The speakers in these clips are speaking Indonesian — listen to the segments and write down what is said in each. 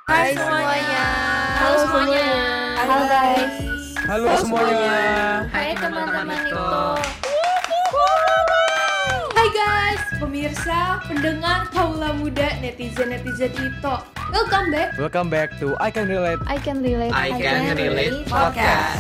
Hai semuanya. Halo semuanya. Halo guys. Halo semuanya. Hai teman-teman itu. Hai guys, pemirsa, pendengar, kaula muda, netizen-netizen itu. Welcome back to I Can Relate. I can relate. Podcast.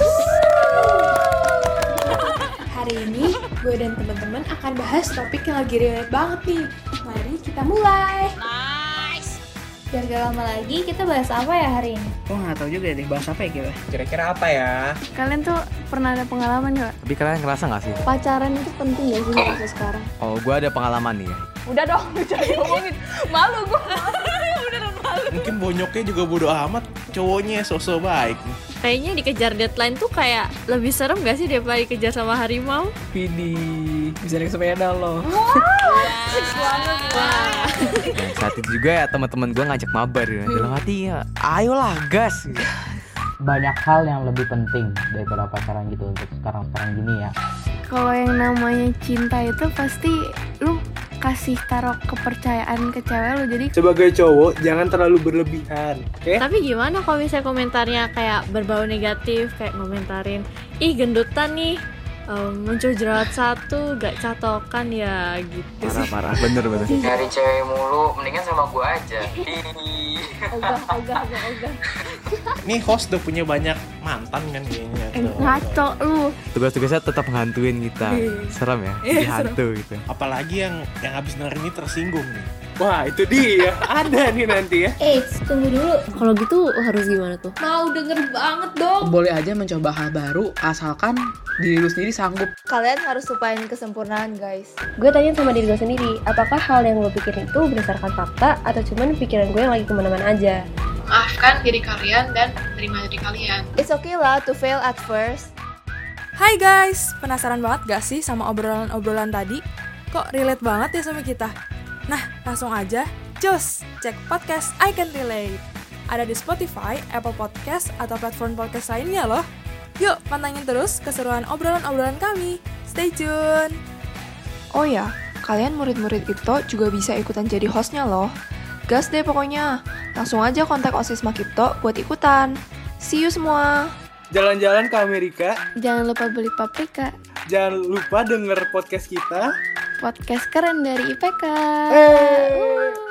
Hari ini gue dan teman-teman akan bahas topik yang lagi relate banget nih. Mari kita mulai. Biar gak lama lagi, kita bahas apa ya hari ini? Gue gak tau juga deh bahas apa ya kita. Kira-kira apa ya? Kalian tuh pernah ada pengalaman gak? Tapi kalian ngerasa gak sih? Pacaran itu penting gak sih masa sekarang? Oh, gue ada pengalaman nih ya. Udah dong, jangan ngomongin. Malu gue. Beneran malu. Mungkin bonyoknya juga bodo amat, cowoknya sosok baik. Kayaknya dikejar deadline tuh kayak lebih serem gak sih daripada dikejar sama harimau? Widih, bisa naik sepeda loh. Nah, saat itu juga ya teman-teman gue ngajak mabar ya. Dalam hati ya, ayolah gas. Banyak hal yang lebih penting daripada pacaran gitu untuk sekarang gini ya. Kalau yang namanya cinta itu pasti lu kasih taruh kepercayaan ke cewek lu. Jadi sebagai cowok jangan terlalu berlebihan, oke? Tapi gimana kalau misalnya komentarnya kayak berbau negatif, kayak ngomentarin, ih gendutan nih, muncul jerawat satu, gak catokan ya gitu. Parah, bener. Nyari cewek mulu, mendingan sama gue aja. ogah. Nih host udah punya banyak mantan kan kayaknya. Ngaco lu. Tugas-tugasnya tetap ngantuin kita. Serem ya, jadi hantu gitu. Apalagi yang habis denger ini tersinggung nih. Wah itu dia, ada nih nanti ya. Tunggu dulu. Kalau gitu harus gimana tuh? Mau denger banget dong. Boleh aja mencoba hal baru asalkan diri lu sendiri sanggup. Kalian harus lupain kesempurnaan guys. Gue tanya sama diri gue sendiri, apakah hal yang gue pikirin itu berdasarkan fakta atau cuman pikiran gue yang lagi kemana-mana aja. Maafkan diri kalian dan terima diri kalian. It's okay lah to fail at first. Hai guys, penasaran banget gak sih sama obrolan-obrolan tadi? Kok relate banget ya sama kita? Nah, langsung aja, cus, cek podcast I Can Relate. Ada di Spotify, Apple Podcast, atau platform podcast lainnya loh. Yuk, pantengin terus keseruan obrolan-obrolan kami. Stay tune! Oh ya, kalian murid-murid itu juga bisa ikutan jadi hostnya loh. Gas deh pokoknya, langsung aja kontak OSIS Makipto buat ikutan. See you semua! Jalan-jalan ke Amerika, Jangan lupa beli paprika. jangan lupa denger podcast kita. Podcast keren dari IPK. Hey.